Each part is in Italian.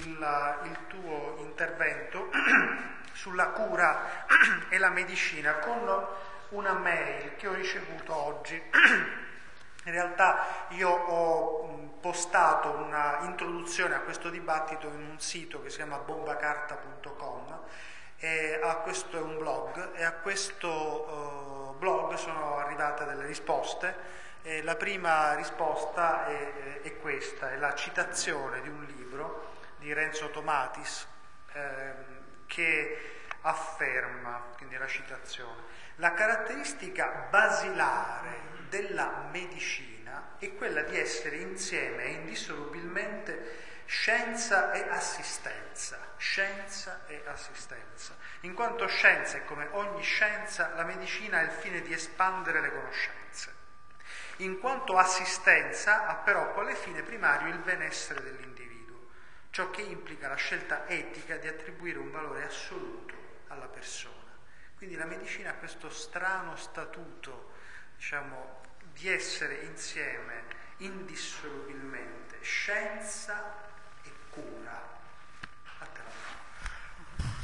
il tuo intervento sulla cura e la medicina con una mail che ho ricevuto oggi. In realtà io ho postato una introduzione a questo dibattito in un sito che si chiama bombacarta.com, e questo è un blog, e a questo blog sono arrivate delle risposte. La prima risposta è questa, è la citazione di un libro di Renzo Tomatis che afferma, quindi la citazione: la caratteristica basilare della medicina è quella di essere insieme e indissolubilmente scienza e assistenza. Scienza e assistenza. In quanto scienza, e come ogni scienza, la medicina ha il fine di espandere le conoscenze. In quanto assistenza, ha però quale fine primario il benessere dell'individuo, ciò che implica la scelta etica di attribuire un valore assoluto alla persona. Quindi la medicina ha questo strano statuto, diciamo, di essere insieme indissolubilmente scienza e cura. A te la parola.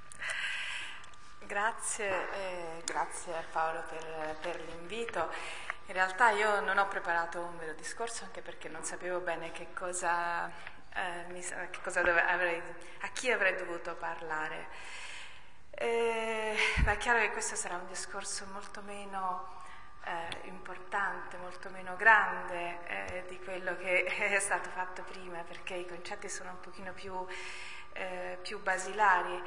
Grazie Paolo per l'invito. In realtà io non ho preparato un vero discorso, anche perché non sapevo bene a chi avrei dovuto parlare. Ma è chiaro che questo sarà un discorso molto meno importante, molto meno grande di quello che è stato fatto prima, perché i concetti sono un pochino più basilari.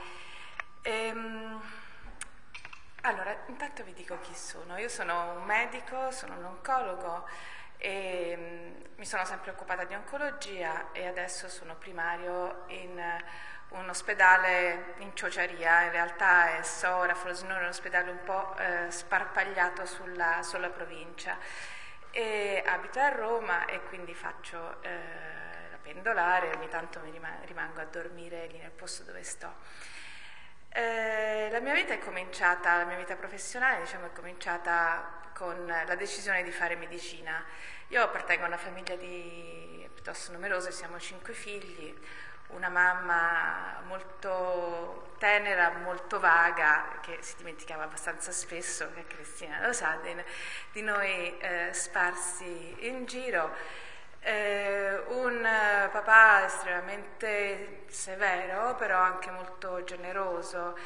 Allora, intanto vi dico chi sono. Io sono un medico, sono un oncologo e mi sono sempre occupata di oncologia, e adesso sono primario in un ospedale in Ciociaria. In realtà è Sora, Frosinone, un ospedale un po' sparpagliato sulla provincia, e abito a Roma, e quindi faccio la pendolare, ogni tanto rimango a dormire lì nel posto dove sto. La mia vita professionale, diciamo, è cominciata con la decisione di fare medicina. Io appartengo a una famiglia piuttosto numerosa, siamo 5 figli, una mamma molto tenera, molto vaga, che si dimenticava abbastanza spesso, che Cristina lo sa, di noi sparsi in giro. Un papà estremamente severo, però anche molto generoso.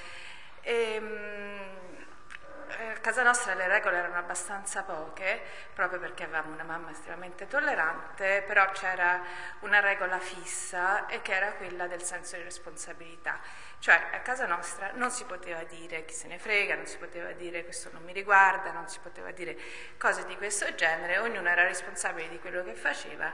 A casa nostra le regole erano abbastanza poche, proprio perché avevamo una mamma estremamente tollerante, però c'era una regola fissa, e che era quella del senso di responsabilità. Cioè, a casa nostra non si poteva dire chi se ne frega, non si poteva dire questo non mi riguarda, non si poteva dire cose di questo genere. Ognuno era responsabile di quello che faceva,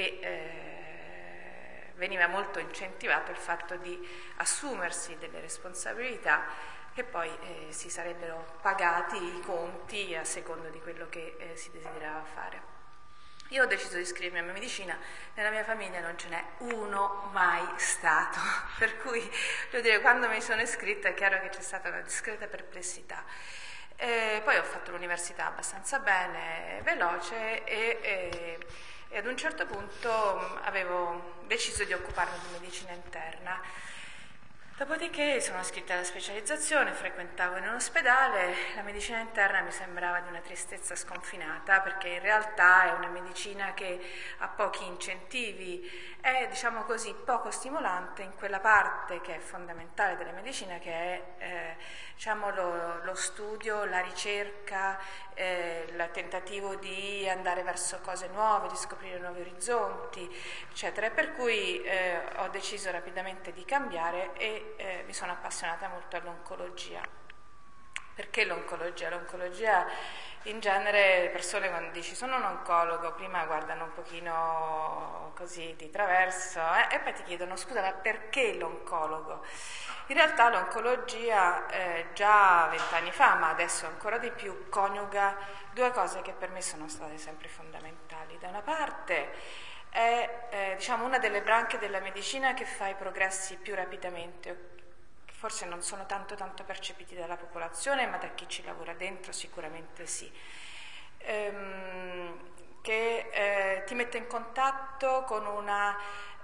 e veniva molto incentivato il fatto di assumersi delle responsabilità, che poi si sarebbero pagati i conti a secondo di quello che si desiderava fare. Io ho deciso di iscrivermi a medicina, nella mia famiglia non ce n'è uno mai stato, per cui devo dire, quando mi sono iscritta è chiaro che c'è stata una discreta perplessità. Poi ho fatto l'università abbastanza bene, veloce, e ad un certo punto avevo deciso di occuparmi di medicina interna. Dopodiché sono iscritta alla specializzazione, frequentavo in un ospedale. La medicina interna mi sembrava di una tristezza sconfinata, perché in realtà è una medicina che ha pochi incentivi, è, diciamo così, poco stimolante in quella parte che è fondamentale della medicina, che è diciamo lo studio, la ricerca, il tentativo di andare verso cose nuove, di scoprire nuovi orizzonti, eccetera. Per cui ho deciso rapidamente di cambiare, e mi sono appassionata molto all'oncologia. Perché l'oncologia? L'oncologia, in genere, le persone, quando dici sono un oncologo, prima guardano un pochino così di traverso, e poi ti chiedono: scusa, ma perché l'oncologo? In realtà l'oncologia già 20 anni fa, ma adesso ancora di più, coniuga due cose che per me sono state sempre fondamentali. Da una parte è diciamo una delle branche della medicina che fa i progressi più rapidamente, forse non sono tanto percepiti dalla popolazione, ma da chi ci lavora dentro sicuramente sì, che ti mette in contatto con una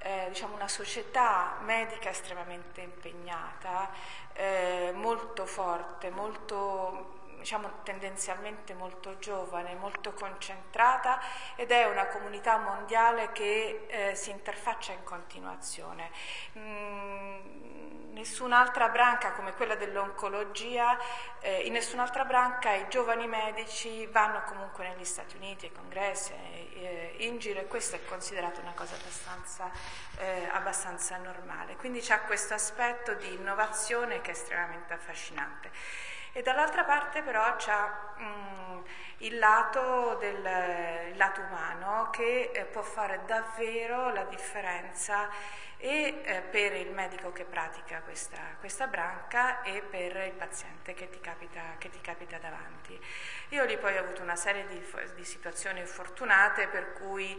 diciamo una società medica estremamente impegnata, molto forte, molto, diciamo, tendenzialmente molto giovane, molto concentrata, ed è una comunità mondiale che si interfaccia in continuazione. Nessun'altra branca come quella dell'oncologia, in nessun'altra branca i giovani medici vanno comunque negli Stati Uniti, ai congressi, in giro, e questo è considerato una cosa abbastanza normale. Quindi c'è questo aspetto di innovazione che è estremamente affascinante. E dall'altra parte però c'è il lato umano che può fare davvero la differenza per il medico che pratica questa branca e per il paziente che ti capita davanti. Io lì poi ho avuto una serie di situazioni fortunate per cui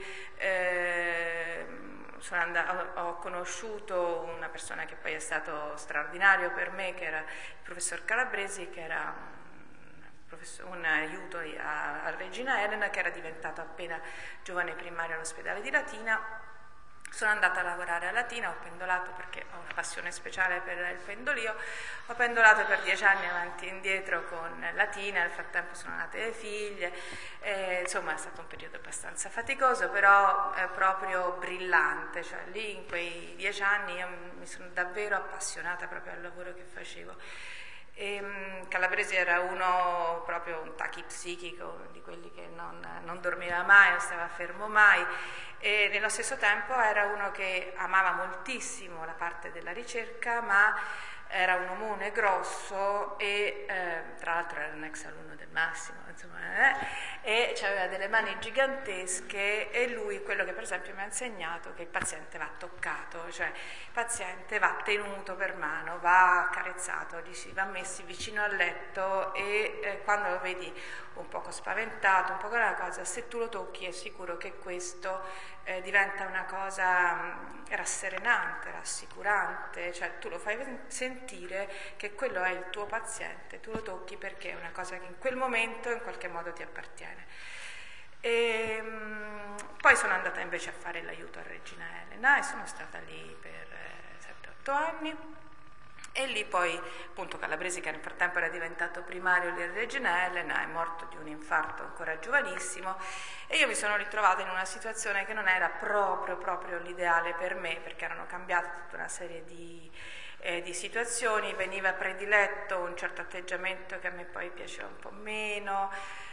ho conosciuto una persona che poi è stato straordinario per me, che era il professor Calabresi, che era un aiuto a Regina Elena, che era diventato appena giovane primario all'ospedale di Latina. Sono andata a lavorare a Latina, ho pendolato perché ho una passione speciale per il pendolio, ho pendolato per 10 anni avanti e indietro con Latina, nel frattempo sono nate le figlie, insomma è stato un periodo abbastanza faticoso, però proprio brillante, cioè lì in quei 10 anni io mi sono davvero appassionata proprio al lavoro che facevo. Calabresi era uno proprio un tachipsichico, di quelli che non dormiva mai, non stava fermo mai, e nello stesso tempo era uno che amava moltissimo la parte della ricerca, ma era un omone grosso e tra l'altro era un ex alunno del Massimo, insomma, e aveva delle mani gigantesche, e lui quello che per esempio mi ha insegnato è che il paziente va toccato, cioè il paziente va tenuto per mano, va accarezzato, va messi vicino al letto, e quando lo vedi un poco spaventato, un po' quella cosa, se tu lo tocchi è sicuro che questo diventa una cosa rasserenante, rassicurante, cioè tu lo fai sentire che quello è il tuo paziente, tu lo tocchi perché è una cosa che in quel momento in qualche modo ti appartiene. Poi sono andata invece a fare l'aiuto a Regina Elena e sono stata lì per 7-8 anni. E lì poi appunto Calabresi, che nel frattempo era diventato primario lì a Regina Elena, è morto di un infarto ancora giovanissimo, e io mi sono ritrovata in una situazione che non era proprio l'ideale per me, perché erano cambiate tutta una serie di situazioni, veniva prediletto un certo atteggiamento che a me poi piaceva un po' meno,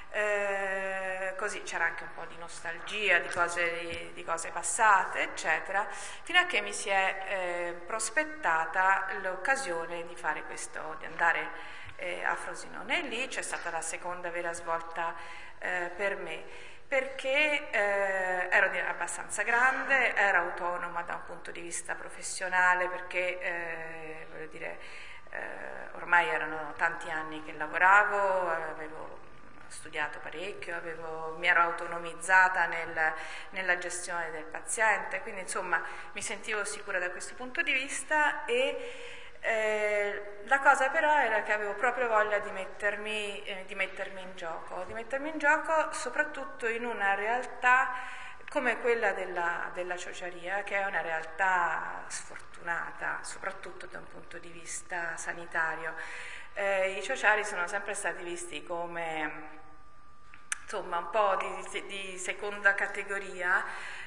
così c'era anche un po' di nostalgia di cose passate, eccetera, fino a che mi si è prospettata l'occasione di fare di andare a Frosinone, e lì c'è stata la seconda vera svolta per me, perché ero abbastanza grande, ero autonoma da un punto di vista professionale, perché voglio dire, ormai erano tanti anni che lavoravo, avevo studiato parecchio, mi ero autonomizzata nella gestione del paziente, quindi insomma mi sentivo sicura da questo punto di vista, e la cosa però era che avevo proprio voglia di mettermi in gioco soprattutto in una realtà come quella della ciociaria, che è una realtà sfortunata, soprattutto da un punto di vista sanitario. I ciociari sono sempre stati visti come insomma un po' di seconda categoria,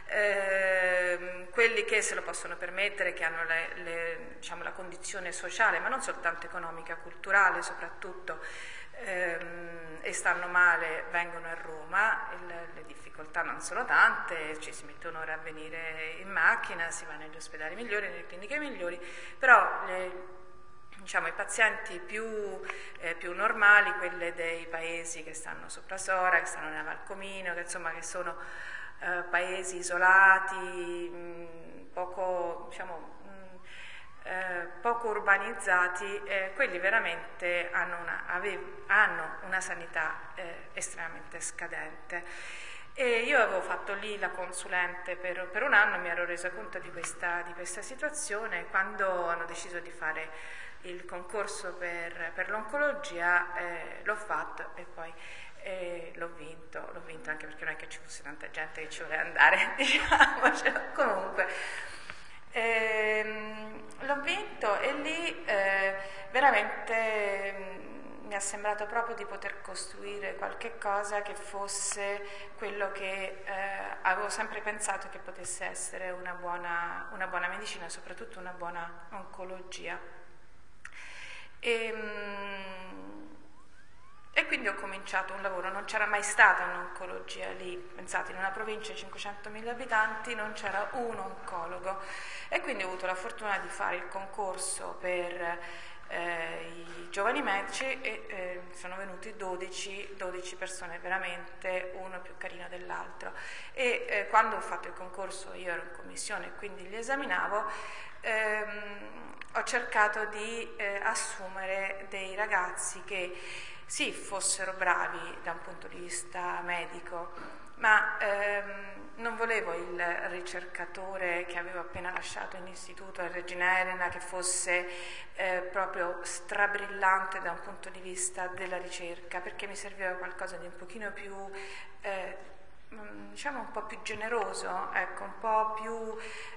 quelli che se lo possono permettere, che hanno diciamo, la condizione sociale, ma non soltanto economica, culturale soprattutto, e stanno male, vengono a Roma. Le difficoltà non sono tante, ci si mette un'ora a venire in macchina, si va negli ospedali migliori, nelle cliniche migliori, però diciamo, i pazienti più normali, quelle dei paesi che stanno sopra Sora, che stanno nella Val Comino, che sono paesi isolati, poco urbanizzati, quelli veramente hanno una sanità estremamente scadente. E io avevo fatto lì la consulente per un anno, mi ero resa conto di questa situazione. Quando hanno deciso di fare il concorso per l'oncologia, l'ho fatto e poi l'ho vinto anche perché non è che ci fosse tanta gente che ci voleva andare, diciamocelo. Comunque veramente mi è sembrato proprio di poter costruire qualche cosa che fosse quello che avevo sempre pensato che potesse essere una buona medicina, soprattutto una buona oncologia. E quindi ho cominciato un lavoro, non c'era mai stata un'oncologia lì, pensate, in una provincia di 500.000 abitanti non c'era un oncologo, e quindi ho avuto la fortuna di fare il concorso per i giovani medici e sono venuti 12 persone, veramente uno più carino dell'altro, e quando ho fatto il concorso io ero in commissione e quindi li esaminavo. Ho cercato di assumere dei ragazzi che sì, fossero bravi da un punto di vista medico, ma non volevo il ricercatore che avevo appena lasciato in istituto a Regina Elena, che fosse proprio strabrillante da un punto di vista della ricerca, perché mi serviva qualcosa di un pochino più diciamo un po' più generoso, ecco, un po' più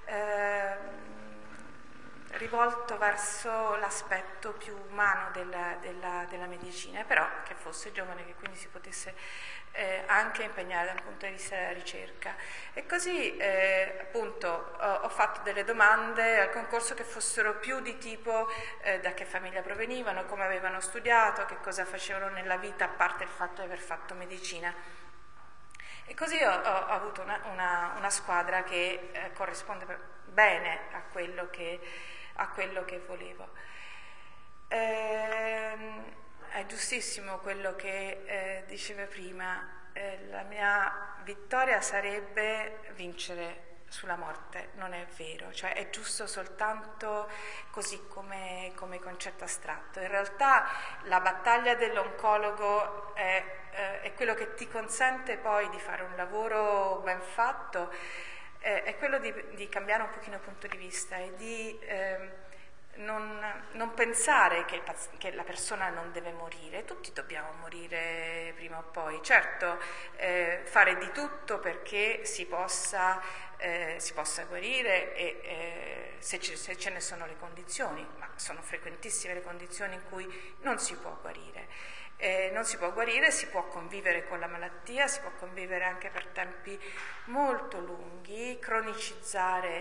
rivolto verso l'aspetto più umano della medicina, però che fosse giovane, che quindi si potesse anche impegnare dal punto di vista della ricerca. E così appunto ho fatto delle domande al concorso che fossero più di tipo da che famiglia provenivano, come avevano studiato, che cosa facevano nella vita, a parte il fatto di aver fatto medicina. E così ho avuto una squadra che corrisponde bene a quello che volevo. È giustissimo quello che diceva prima, la mia vittoria sarebbe vincere sulla morte, non è vero, cioè è giusto soltanto così come concetto astratto. In realtà la battaglia dell'oncologo è quello che ti consente poi di fare un lavoro ben fatto, è quello di cambiare un pochino il punto di vista e di non pensare che la persona non deve morire. Tutti dobbiamo morire prima o poi, certo, fare di tutto perché si possa guarire e se ce ne sono le condizioni, ma sono frequentissime le condizioni in cui non si può guarire. Non si può guarire, si può convivere con la malattia, si può convivere anche per tempi molto lunghi, cronicizzare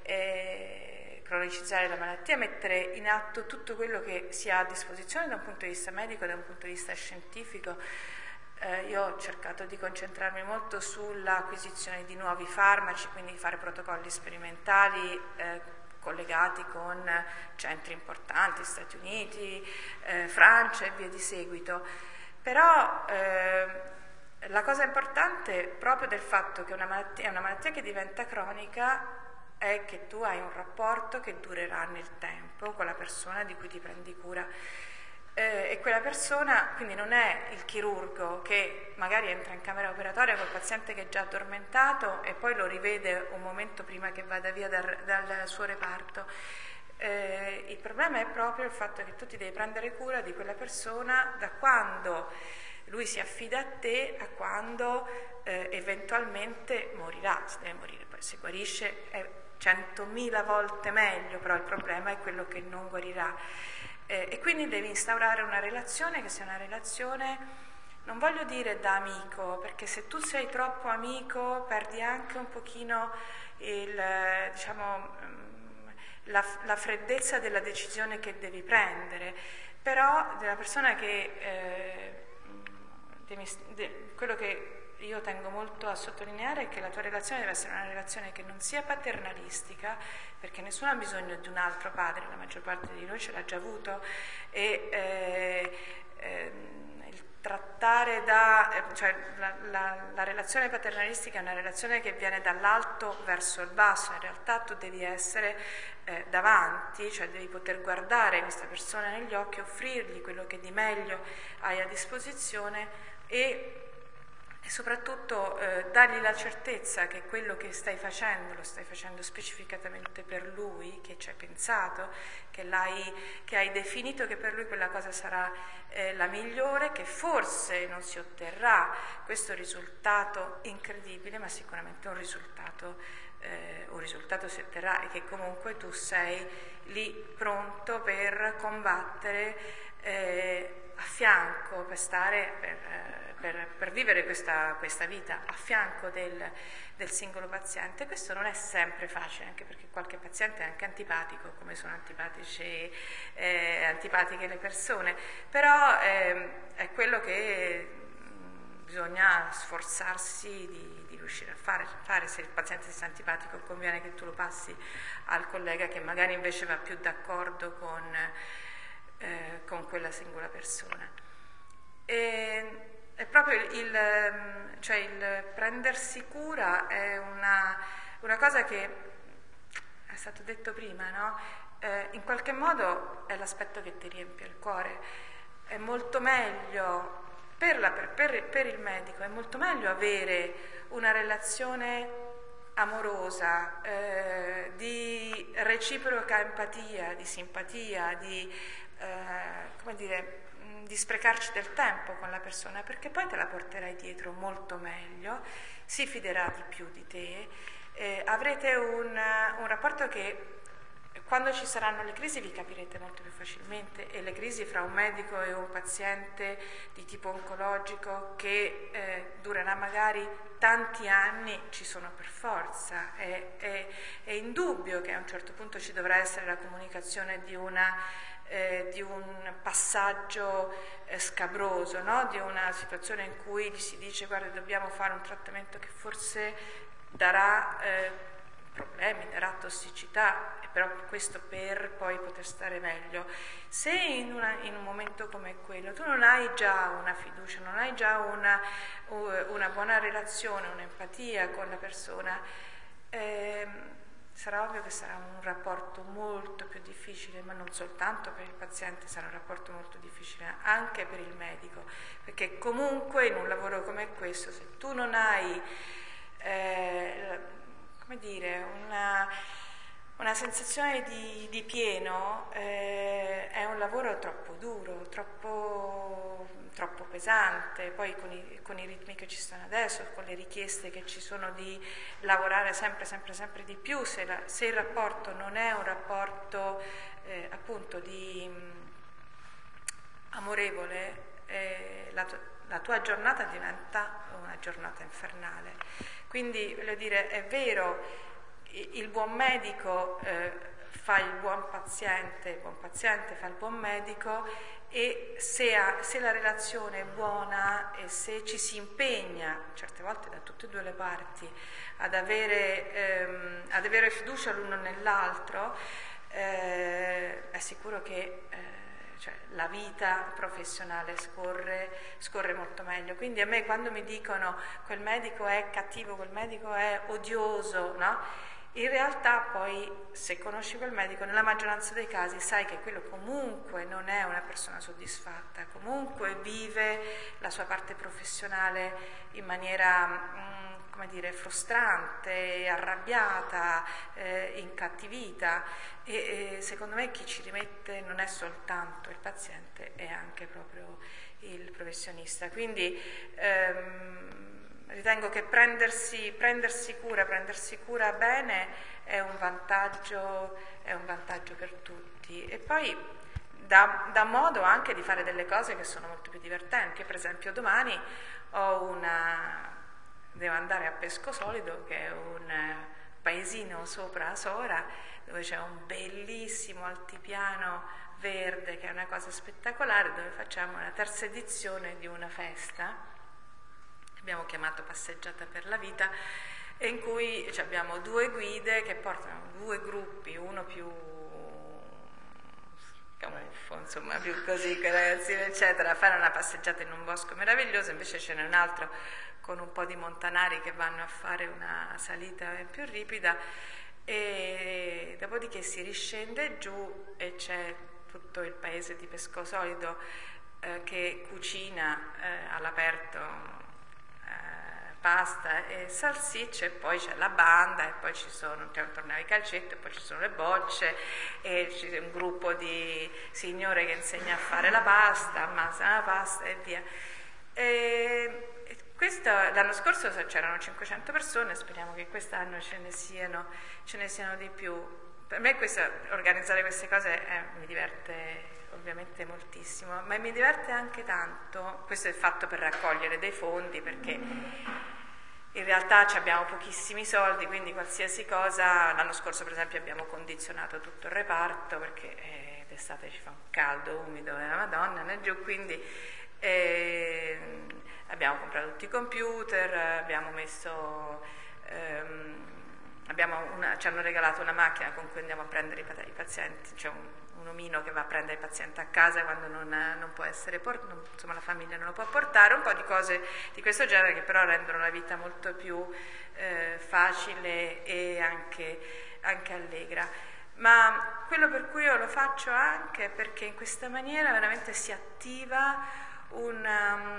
la malattia, mettere in atto tutto quello che si ha a disposizione da un punto di vista medico e da un punto di vista scientifico. Io ho cercato di concentrarmi molto sull'acquisizione di nuovi farmaci, quindi fare protocolli sperimentali collegati con centri importanti, Stati Uniti, Francia e via di seguito. Però la cosa importante proprio del fatto che è una malattia che diventa cronica è che tu hai un rapporto che durerà nel tempo con la persona di cui ti prendi cura. E quella persona quindi non è il chirurgo che magari entra in camera operatoria col paziente che è già addormentato e poi lo rivede un momento prima che vada via dal suo reparto. Il problema è proprio il fatto che tu ti devi prendere cura di quella persona da quando lui si affida a te a quando eventualmente morirà. Si deve morire, poi se guarisce è 100.000 volte meglio, però il problema è quello che non guarirà. E quindi devi instaurare una relazione che sia una relazione, non voglio dire da amico, perché se tu sei troppo amico perdi anche un pochino la freddezza della decisione che devi prendere, però della persona che quello che io tengo molto a sottolineare è che la tua relazione deve essere una relazione che non sia paternalistica, perché nessuno ha bisogno di un altro padre, la maggior parte di noi ce l'ha già avuto, e il trattare la relazione paternalistica è una relazione che viene dall'alto verso il basso. In realtà tu devi essere davanti, cioè devi poter guardare questa persona negli occhi, offrirgli quello che di meglio hai a disposizione e soprattutto dargli la certezza che quello che stai facendo lo stai facendo specificatamente per lui, che ci hai pensato, che hai definito che per lui quella cosa sarà la migliore, che forse non si otterrà questo risultato incredibile, ma sicuramente un risultato un risultato si otterrà e che comunque tu sei lì pronto per combattere a fianco, per stare, per vivere questa vita a fianco del singolo paziente. Questo non è sempre facile, anche perché qualche paziente è anche antipatico, come sono antipatiche le persone, però è quello che bisogna sforzarsi di riuscire a fare. Se il paziente si sta antipatico, conviene che tu lo passi al collega che magari invece va più d'accordo con quella singola persona. È proprio il prendersi cura è una cosa che è stato detto prima, no? In qualche modo è l'aspetto che ti riempie il cuore. È molto meglio per il medico, è molto meglio avere una relazione amorosa, di reciproca empatia, di simpatia, di sprecarci del tempo con la persona, perché poi te la porterai dietro molto meglio, si fiderà di più di te, avrete un rapporto che quando ci saranno le crisi vi capirete molto più facilmente, e le crisi fra un medico e un paziente di tipo oncologico che durerà magari tanti anni ci sono per forza. È indubbio che a un certo punto ci dovrà essere la comunicazione di un passaggio scabroso, no? Di una situazione in cui gli si dice: guarda, dobbiamo fare un trattamento che forse darà problemi, darà tossicità, però questo per poi poter stare meglio. Se in un momento come quello tu non hai già una fiducia, non hai già una buona relazione, un'empatia con la persona, sarà ovvio che sarà un rapporto molto più difficile, ma non soltanto per il paziente, sarà un rapporto molto difficile anche per il medico, perché comunque in un lavoro come questo, se tu non hai una sensazione di pieno, è un lavoro troppo duro, troppo pesante. Poi con i ritmi che ci stanno adesso, con le richieste che ci sono di lavorare sempre di più, se il rapporto non è un rapporto appunto amorevole, la tua giornata diventa una giornata infernale. Quindi, voglio dire, è vero, il buon medico fa il buon paziente fa il buon medico, e se la relazione è buona e se ci si impegna, certe volte da tutte e due le parti, ad avere fiducia l'uno nell'altro, è sicuro che la vita professionale scorre molto meglio. Quindi a me, quando mi dicono quel medico è cattivo, quel medico è odioso, no? In realtà poi, se conosci quel medico, nella maggioranza dei casi sai che quello comunque non è una persona soddisfatta, comunque vive la sua parte professionale in maniera frustrante, arrabbiata, incattivita, e secondo me chi ci rimette non è soltanto il paziente, è anche proprio il professionista. Quindi ritengo che prendersi cura bene è un vantaggio per tutti, e poi dà modo anche di fare delle cose che sono molto più divertenti. Per esempio, domani devo andare a Pescosolido, che è un paesino sopra Sora, dove c'è un bellissimo altipiano verde, che è una cosa spettacolare, dove facciamo la terza edizione di una festa abbiamo chiamato Passeggiata per la Vita, e in cui abbiamo due guide che portano due gruppi, uno più camuffo, insomma, più così, ragazzini, eccetera, a fare una passeggiata in un bosco meraviglioso. Invece ce n'è un altro con un po' di montanari che vanno a fare una salita più ripida, e dopodiché si riscende giù e c'è tutto il paese di Pescosolido che cucina all'aperto pasta e salsicce, e poi c'è la banda, e poi c'è un torneo di calcetto, e poi ci sono le bocce, e c'è un gruppo di signore che insegna a fare la pasta, ammassa la pasta e via. L'anno scorso c'erano 500 persone, speriamo che quest'anno ce ne siano di più. Per me organizzare queste cose mi diverte ovviamente moltissimo, ma mi diverte anche tanto, questo è fatto per raccogliere dei fondi, perché in realtà abbiamo pochissimi soldi, quindi qualsiasi cosa. L'anno scorso per esempio abbiamo condizionato tutto il reparto, perché d'estate ci fa un caldo umido della Madonna laggiù, quindi abbiamo comprato tutti i computer, abbiamo messo... ci hanno regalato una macchina con cui andiamo a prendere i pazienti, c'è un omino che va a prendere il paziente a casa quando non può essere insomma la famiglia non lo può portare, un po' di cose di questo genere che però rendono la vita molto più facile e anche allegra. Ma quello per cui io lo faccio anche è perché in questa maniera veramente si attiva un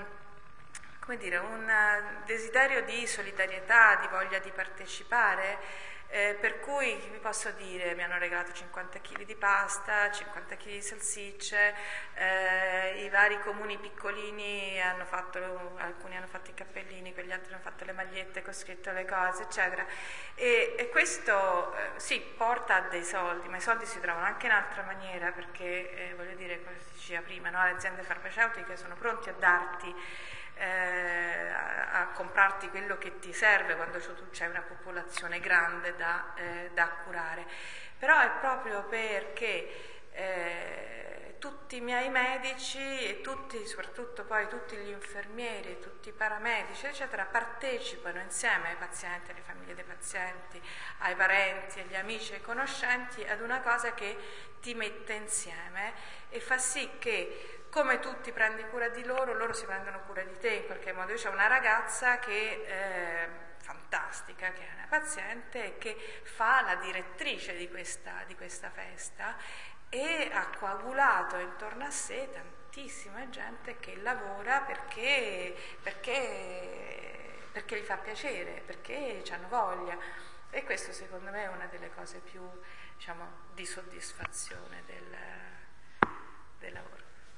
desiderio di solidarietà, di voglia di partecipare, per cui vi posso dire, mi hanno regalato 50 kg di pasta, 50 kg di salsicce, i vari comuni piccolini alcuni hanno fatto i cappellini, quegli altri hanno fatto le magliette con scritto le cose, eccetera. E questo sì, porta a dei soldi, ma i soldi si trovano anche in altra maniera, perché voglio dire, come si diceva prima, no? Le aziende farmaceutiche sono pronti a darti a comprarti quello che ti serve quando tu c'hai una popolazione grande da curare, però è proprio perché tutti i miei medici e soprattutto poi tutti gli infermieri e tutti i paramedici eccetera partecipano insieme ai pazienti, alle famiglie dei pazienti, ai parenti, agli amici e ai conoscenti ad una cosa che ti mette insieme e fa sì che come tu ti prendi cura di loro si prendono cura di te in qualche modo. Io c'ho una ragazza che fantastica, che è una paziente e che fa la direttrice di questa festa e ha coagulato intorno a sé tantissima gente che lavora perché gli fa piacere, perché ci hanno voglia, e questo secondo me è una delle cose più, diciamo, di soddisfazione del lavoro.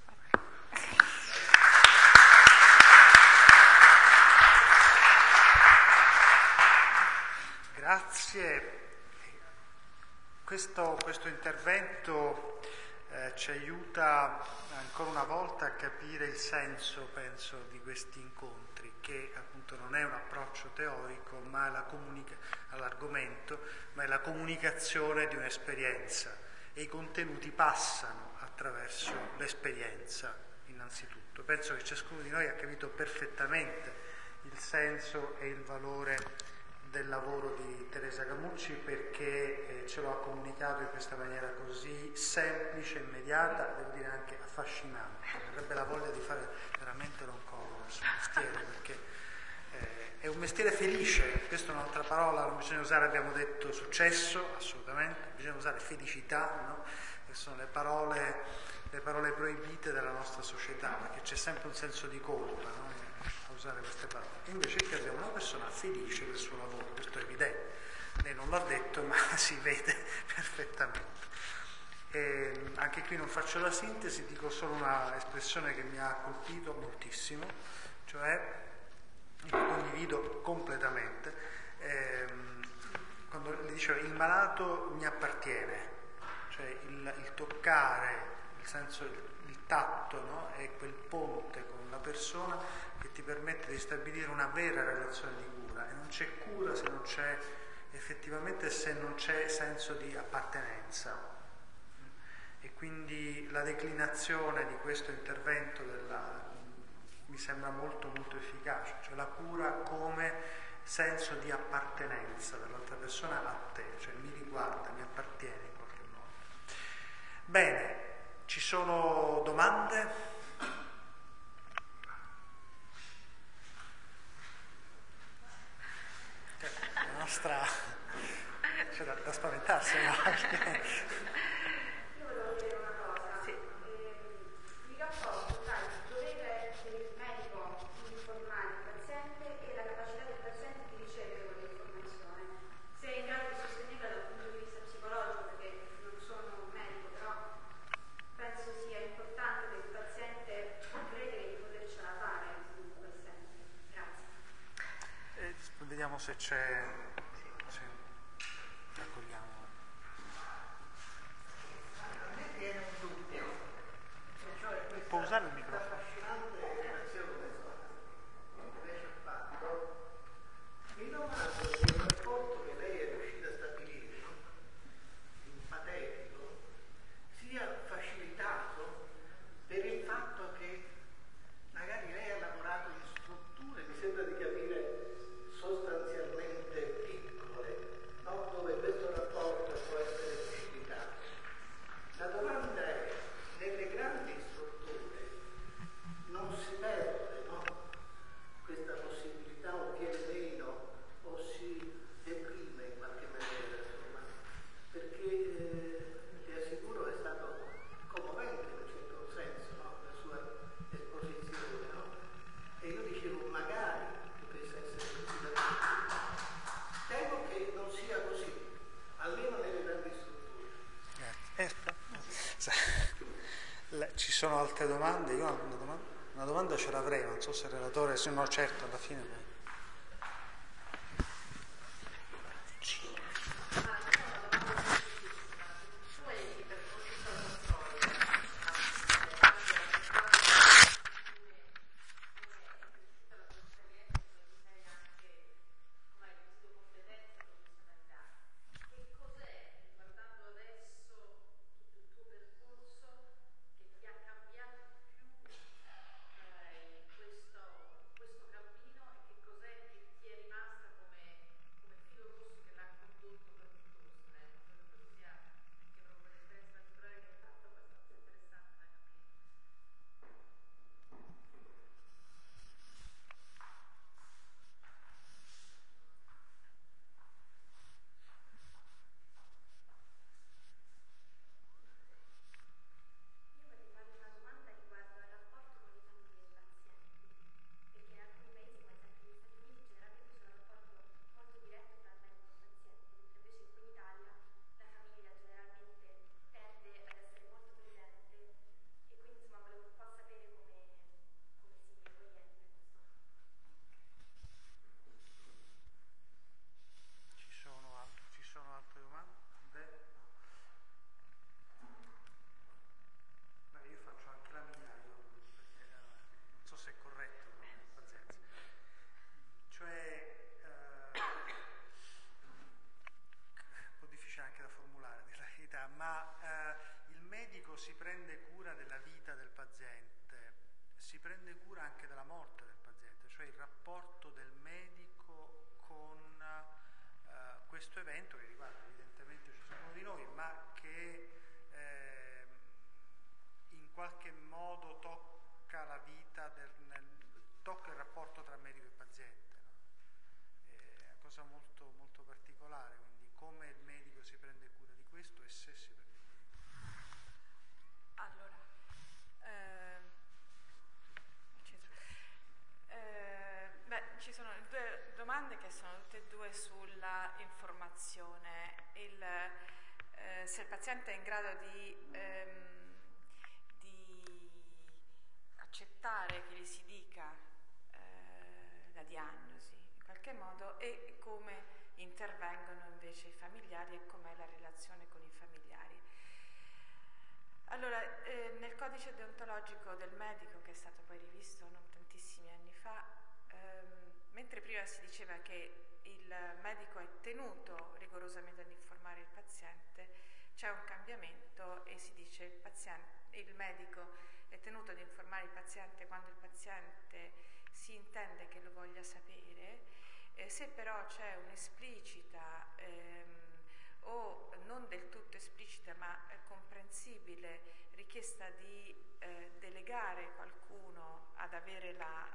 Grazie. Questo intervento ci aiuta ancora una volta a capire il senso, penso, di questi incontri, che appunto non è un approccio teorico all'argomento, ma è la comunicazione di un'esperienza, e i contenuti passano attraverso l'esperienza innanzitutto. Penso che ciascuno di noi ha capito perfettamente il senso e il valore del lavoro di Teresa Camucci, perché ce lo ha comunicato in questa maniera così semplice, immediata, devo dire anche affascinante. Avrebbe la voglia di fare veramente l'oncologo il suo mestiere, perché è un mestiere felice. Questa è un'altra parola, non bisogna usare, abbiamo detto, successo, assolutamente, bisogna usare felicità, no? Che sono le parole proibite dalla nostra società, perché c'è sempre un senso di colpa, no? A usare queste parole. Invece qui abbiamo una persona felice del suo lavoro, questo è evidente. Lei non l'ha detto, ma si vede perfettamente. E anche qui non faccio la sintesi, dico solo una espressione che mi ha colpito moltissimo, cioè, che condivido completamente, quando le dicevo il malato mi appartiene, cioè il toccare, il senso, il tatto, no? È quel ponte con la persona che ti permette di stabilire una vera relazione di cura, e non c'è cura se non c'è senso di appartenenza. E quindi la declinazione di questo intervento mi sembra molto molto efficace, cioè la cura come senso di appartenenza dell'altra persona a te, cioè mi riguarda, mi appartiene in qualche modo. Bene, ci sono domande? La nostra... c'è da spaventarsi, no? Io volevo dire una cosa. Sì. Il rapporto tra il dovere del medico di informare il paziente e la capacità del paziente di ricevere quell'informazione, se è in grado di sostenerla dal punto di vista psicologico, perché non sono un medico, però penso sia importante che il paziente crede di potercela fare in quel senso. Grazie. se c'è... Sì, raccogliamo. A me viene un dubbio, cioè questa Può usare il microfono? affascinante operazione che lei ci ha fatto. Mi domando se il rapporto che lei è riuscita a stabilire, no? Patetico, sia facilitato per il fatto che magari lei ha lavorato in strutture, mi sembra di capire, sostanzialmente piccole, no? Dove questo rapporto può essere facilitato. La domanda è, nelle grandi strutture non si perde, no? Questa possibilità o viene meno o si deprime in qualche maniera, insomma, perché ti assicuro è stato commovente in un certo senso, no? La sua esposizione, no? E io dicevo magari potesse essere così da tutti. Temo che non sia così, almeno nelle grandi strutture. Ci sono altre domande? Io una domanda ce l'avrei, non so se il relatore, se no certo alla fine. Ci sono altre domande? Beh, io faccio anche la mia, perché, non so se è corretto, no? Pazienza. Cioè, un po' difficile anche da formulare, di verità, ma il medico si prende cura della vita del paziente, si prende cura anche della morte del paziente, cioè il rapporto del medico con questo evento che riguarda evidentemente ciascuno di noi, ma che in qualche modo tocca la vita, tocca il rapporto tra medico e paziente, no? È una cosa molto, molto particolare, quindi come il medico si prende cura di questo e se si prende cura. Allora, ci sono due domande che sono tutte e due sulla informazione. Se il paziente è in grado di accettare che gli si dica la diagnosi in qualche modo e come intervengono invece i familiari e com'è la relazione con i familiari. Allora, nel codice deontologico del medico, che è stato poi rivisto non tantissimi anni fa, mentre prima si diceva che il medico è tenuto rigorosamente ad informare il paziente, c'è un cambiamento e si dice il medico è tenuto ad informare il paziente quando il paziente si intende che lo voglia sapere, se però c'è un'esplicita o non del tutto esplicita ma comprensibile richiesta di delegare qualcuno ad avere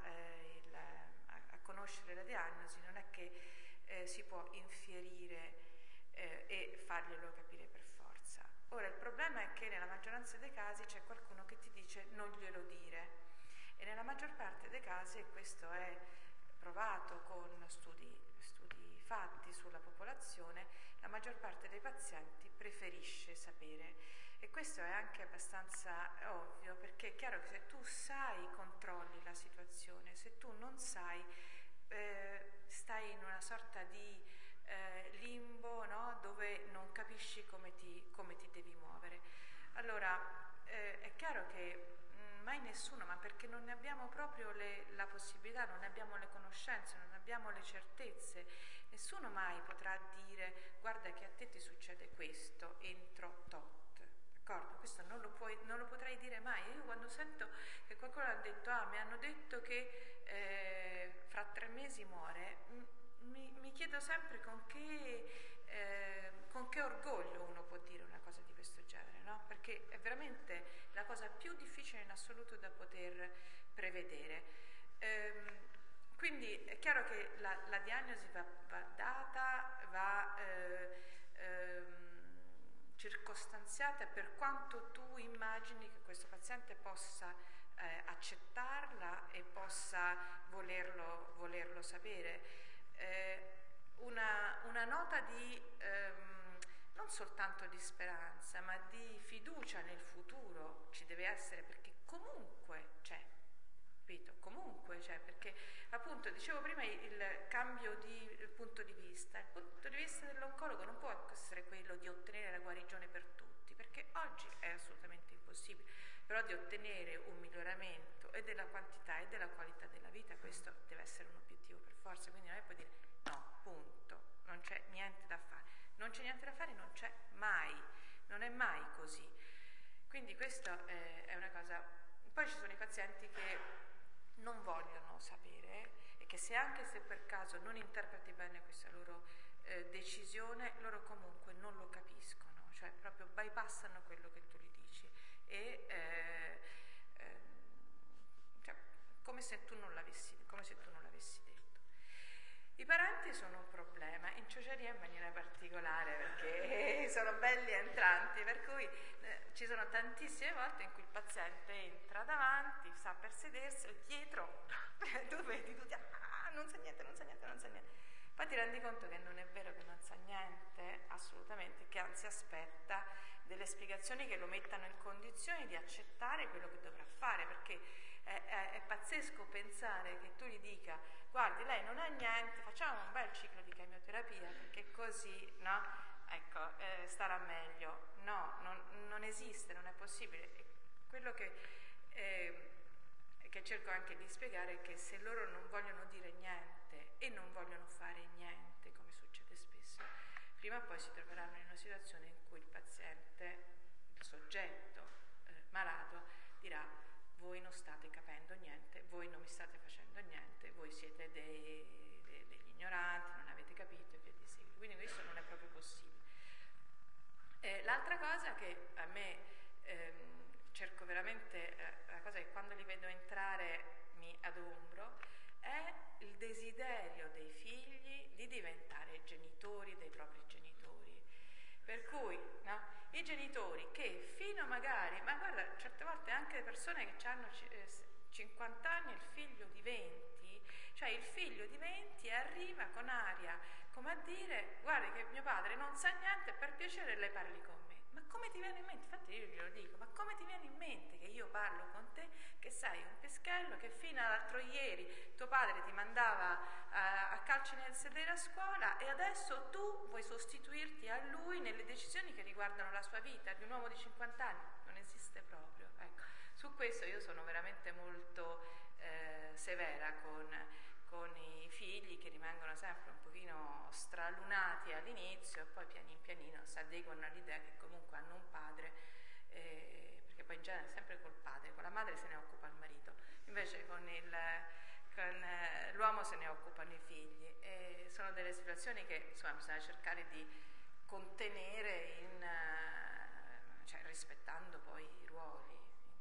a conoscere la diagnosi, non è che si può infierire e farglielo capire per forza. Ora il problema è che nella maggioranza dei casi c'è qualcuno che ti dice non glielo dire, e nella maggior parte dei casi, e questo è provato con studi fatti sulla popolazione, la maggior parte dei pazienti preferisce sapere, e questo è anche abbastanza ovvio, perché è chiaro che se tu sai controlli la situazione, se tu non sai stai in una sorta di limbo, no? Dove non capisci come ti devi muovere. Allora è chiaro che mai nessuno, ma perché non ne abbiamo proprio la possibilità, non ne abbiamo le conoscenze, non abbiamo le certezze, nessuno mai potrà dire guarda che a te ti succede questo entro tot. D'accordo? Questo non lo potrai dire mai. Io quando sento che qualcuno ha detto mi hanno detto che fra 3 mesi muore, mi chiedo sempre con che orgoglio uno può dire una cosa di questo genere, no? Perché è veramente la cosa più difficile in assoluto da poter prevedere. Quindi è chiaro che la diagnosi va data, va circostanziata per quanto tu immagini che questo paziente possa accettarla e possa volerlo sapere. Una nota di non soltanto di speranza, ma di fiducia nel futuro ci deve essere, perché comunque c'è. Capito? Comunque c'è, perché appunto dicevo prima il cambio di punto di vista. Il punto di vista dell'oncologo non può essere quello di ottenere la guarigione per tutti, perché oggi è assolutamente impossibile, però di ottenere un miglioramento e della quantità e della qualità della vita, questo deve essere un obiettivo per forza, quindi non è poi dire no, punto, non c'è niente da fare. Non c'è niente da fare, non c'è mai, non è mai così. Quindi questo è una cosa. Poi ci sono i pazienti che non vogliono sapere e che anche se per caso non interpreti bene questa loro decisione, loro comunque non lo capiscono, cioè proprio bypassano quello che tu gli dici e cioè, come se tu non l'avessi detto. I parenti sono un problema, in ciociaria in maniera particolare, perché sono belli entranti, per cui ci sono tantissime volte in cui il paziente entra davanti, sta per sedersi, e dietro tu vedi tutti, non sa niente. Poi ti rendi conto che non è vero che non sa niente, assolutamente, che anzi aspetta delle spiegazioni che lo mettano in condizioni di accettare quello che dovrà fare, perché è pazzesco pensare che tu gli dica guardi, lei non ha niente, facciamo un bel ciclo di chemioterapia perché così, no? Ecco, starà meglio. No, non esiste, non è possibile. Quello che cerco anche di spiegare è che se loro non vogliono dire niente e non vogliono fare niente, come succede spesso, prima o poi si troveranno in una situazione in cui il paziente, il soggetto malato, dirà voi non state capendo niente, voi non mi state facendo niente, voi siete degli ignoranti, non avete capito e via di seguito. Quindi questo non è proprio possibile. L'altra cosa che a me cerco veramente, la cosa che quando li vedo entrare mi adombro, è il desiderio dei figli di diventare genitori dei propri genitori. Per cui i genitori che fino magari, ma guarda, certe volte anche le persone che hanno 50 anni e il figlio di 20, cioè il figlio di 20 arriva con aria come a dire guarda che mio padre non sa niente, per piacere lei parli con me. Ma come ti viene in mente? Infatti io glielo dico, ma come ti viene in mente che io parlo con te, che sei un peschello, che fino all'altro ieri tuo padre ti mandava a calci nel sedere a scuola e adesso tu vuoi sostituirti a lui nelle decisioni che riguardano la sua vita, di un uomo di 50 anni? Non esiste proprio. Ecco, su questo io sono veramente molto severa con i figli che rimangono sempre un pochino stralunati all'inizio e poi pianino si adeguano all'idea che comunque hanno un padre, perché poi in genere è sempre col padre, con la madre se ne occupa il marito, invece con l'uomo se ne occupano i figli, e sono delle situazioni che insomma bisogna cercare di contenere cioè, rispettando poi i ruoli.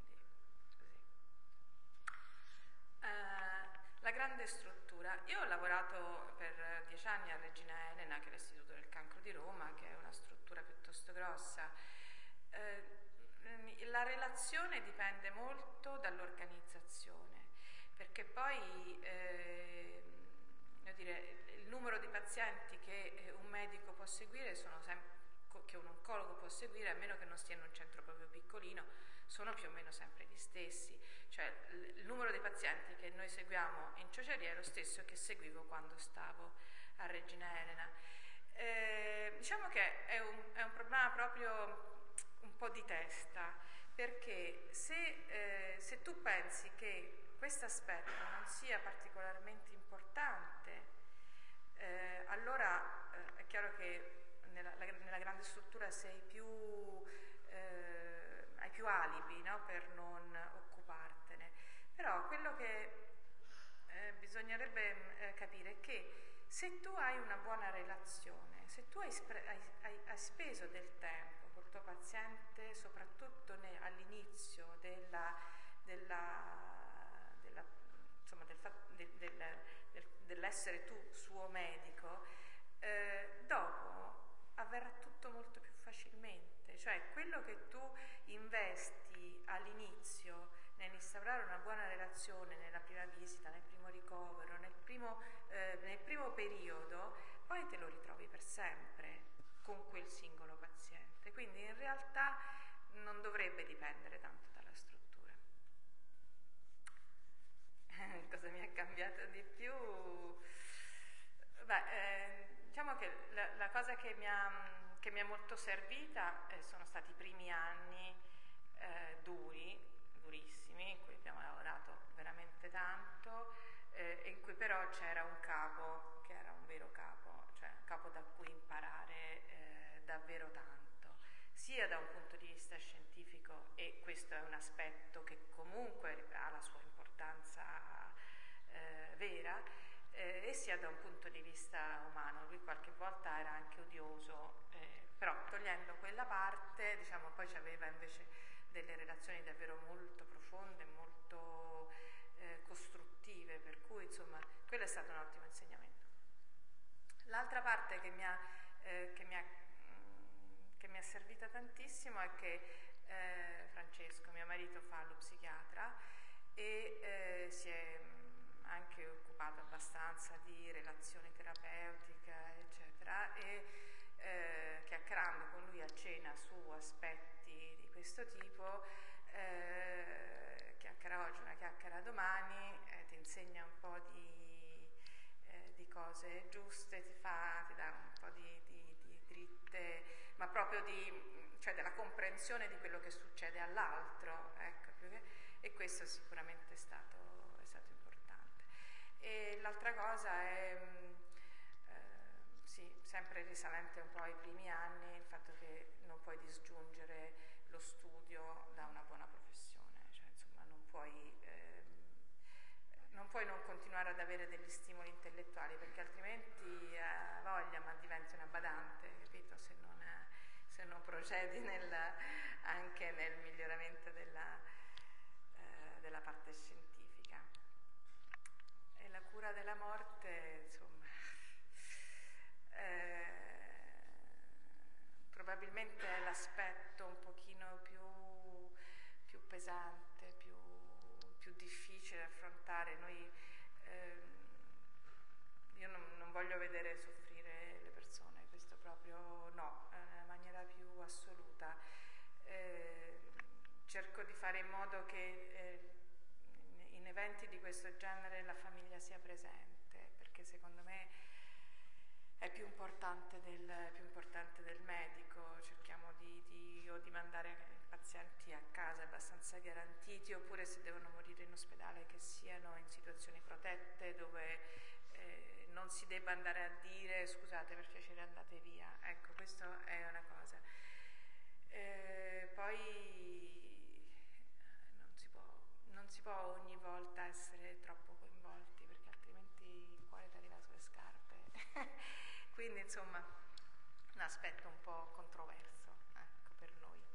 La grande struttura. Io ho lavorato per 10 anni a Regina Elena, che è l'Istituto del Cancro di Roma, che è una struttura piuttosto grossa. La relazione dipende molto dall'organizzazione, perché poi il numero di pazienti che un medico può seguire sono sempre che un oncologo può seguire, a meno che non stia in un centro proprio piccolino, sono più o meno sempre gli stessi. Cioè il numero dei pazienti che noi seguiamo in Ciociaria è lo stesso che seguivo quando stavo a Regina Elena. Diciamo che è un problema proprio un po' di testa, perché se tu pensi che questo aspetto non sia particolarmente importante, allora è chiaro che nella grande struttura hai più alibi, no? Per non occupartene. Però quello che bisognerebbe capire è che se tu hai una buona relazione, se tu hai speso del tempo col tuo paziente, soprattutto all'inizio dell'essere tu suo medico, dopo avverrà tutto molto più facilmente. Cioè quello che tu investi all'inizio nell'instaurare una buona relazione nella prima visita, nel primo ricovero, nel primo periodo, poi te lo ritrovi per sempre con quel singolo paziente. Quindi in realtà non dovrebbe dipendere tanto dalla struttura. Cosa mi è cambiato di più? Diciamo che la cosa che mi è molto servita sono stati i primi anni durissimi, in cui abbiamo lavorato veramente tanto, in cui però c'era un capo che era un vero capo, cioè un capo da cui imparare davvero tanto, sia da un punto di vista scientifico, e questo è un aspetto che comunque ha la sua importanza vera, e sia da un punto di vista umano. Lui qualche volta era anche odioso, però togliendo quella parte, diciamo, poi ci aveva invece delle relazioni davvero molto profonde, molto costruttive, per cui insomma quello è stato un ottimo insegnamento. L'altra parte che mi ha servita tantissimo è che Francesco, mio marito, fa lo psichiatra e si è anche occupato abbastanza di relazione terapeutica, eccetera, e chiacchierando con lui a cena su aspetti di questo tipo, chiacchiera oggi, una chiacchiera domani, ti insegna un po' di cose giuste, ti dà un po' di dritte, ma proprio cioè della comprensione di quello che succede all'altro, ecco, e questo sicuramente è stato importante. E l'altra cosa è, sì, sempre risalente un po' ai primi anni, il fatto che non puoi disgiungere lo studio da una buona professione, cioè insomma non puoi non continuare ad avere degli stimoli intellettuali, perché altrimenti voglia, ma diventi una badante, capito? Se non procedi anche nel miglioramento della parte scientifica. E la cura della morte, insomma, probabilmente è l'aspetto un pochino più pesante, più difficile da affrontare. Io non voglio vedere soffrire le persone, questo proprio no, nella maniera più assoluta. Cerco di fare in modo che in eventi di questo genere la famiglia sia presente, perché secondo me è più importante del medico. Cerchiamo di mandare i pazienti a casa abbastanza garantiti, oppure se devono morire in ospedale che siano in situazioni protette, dove non si debba andare a dire scusate, per piacere andate via. Ecco, questa è una cosa. Poi non si può ogni volta essere troppo coinvolti, perché altrimenti il cuore ti arriva sulle scarpe. Quindi insomma un aspetto un po' controverso, ecco, per noi.